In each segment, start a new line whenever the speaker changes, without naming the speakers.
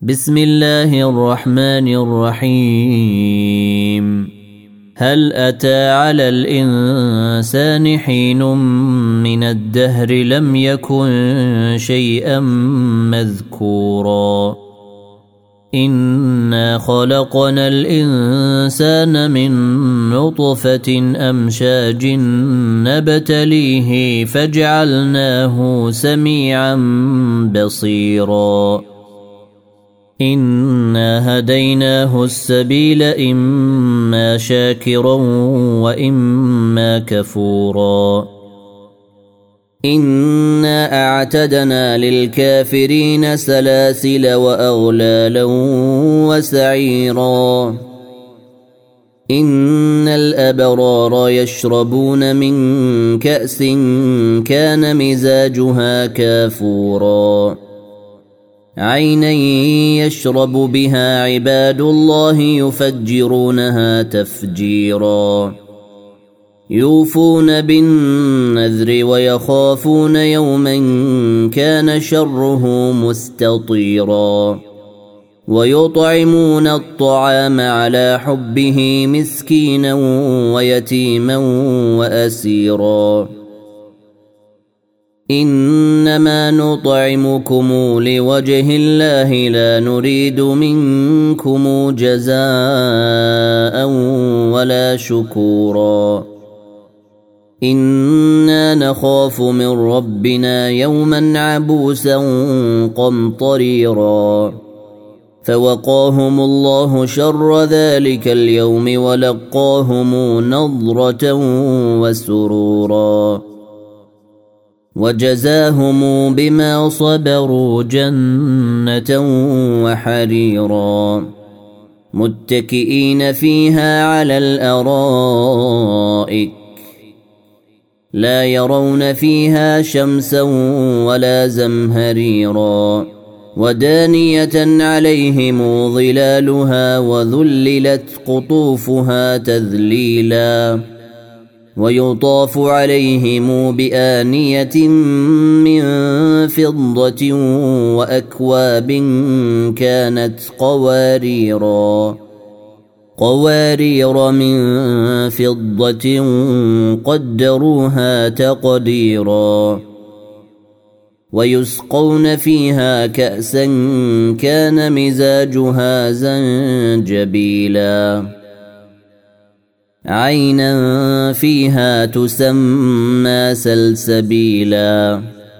بسم الله الرحمن الرحيم. هل أتى على الإنسان حين من الدهر لم يكن شيئا مذكورا إنا خلقنا الإنسان من نطفة أمشاج نبتليه فجعلناه سميعا بصيرا إنا هديناه السبيل إما شاكرا وإما كفورا إنا أعتدنا للكافرين سلاسل وأغلالا وسعيرا إن الأبرار يشربون من كأس كان مزاجها كافورا عينا يشرب بها عباد الله يفجرونها تفجيرا يوفون بالنذر ويخافون يوما كان شره مستطيرا ويطعمون الطعام على حبه مسكينا ويتيما وأسيرا إنما نطعمكم لوجه الله لا نريد منكم جزاء ولا شكورا إنا نخاف من ربنا يوما عبوسا قمطريرا فوقاهم الله شر ذلك اليوم ولقاهم نضرة وسرورا وجزاهم بما صبروا جنة وحريرا متكئين فيها على الأرائك لا يرون فيها شمسا ولا زمهريرا ودانية عليهم ظلالها وذللت قطوفها تذليلا ويطاف عليهم بآنية من فضة وأكواب كانت قوارير من فضة قدروها تقديرا ويسقون فيها كأسا كان مزاجها زنجبيلا عينا فيها تسمى سلسبيلا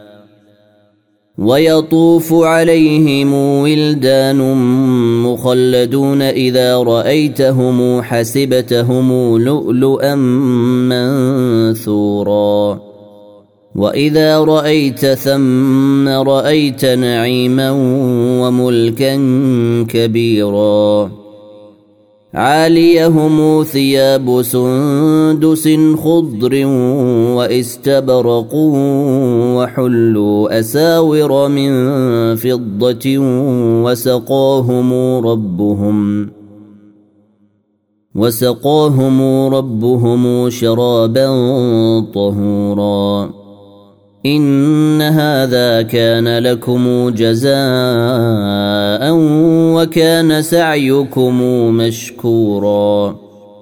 ويطوف عليهم ولدان مخلدون إذا رأيتهم حسبتهم لؤلؤا منثورا وإذا رأيت ثم رأيت نعيما وملكا كبيرا عاليهم ثياب سندس خضر واستبرق وحلوا أساور من فضة وسقاهم ربهم شرابا طهورا إن هذا كان لكم جزاء وكان سعيكم مشكورا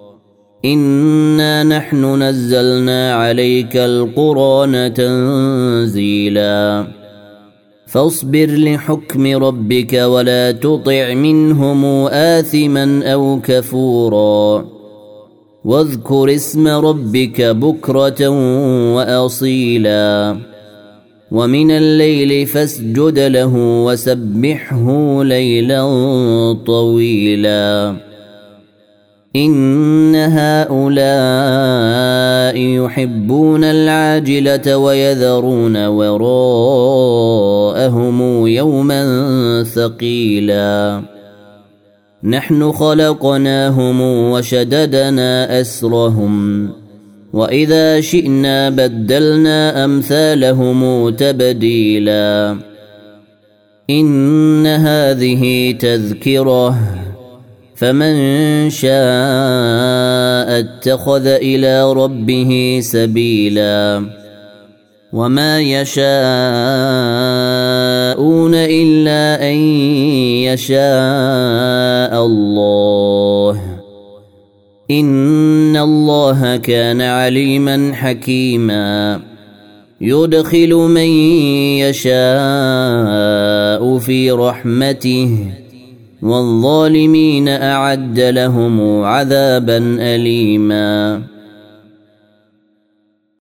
إنا نحن نزلنا عليك القرآن تنزيلا فاصبر لحكم ربك ولا تطع منهم آثما أو كفورا واذكر اسم ربك بكرة وأصيلا ومن الليل فاسجد له وسبحه ليلا طويلا إن هؤلاء يحبون العاجلة ويذرون وراءهم يوما ثقيلا نحن خلقناهم وشددنا أسرهم وإذا شئنا بدلنا أمثالهم تبديلا إن هذه تذكرة فمن شاء اتخذ إلى ربه سبيلا وما يشاءون إلا أن يشاء الله إن الله كان عليما حكيما يدخل من يشاء في رحمته والظالمين أعد لهم عذابا أليما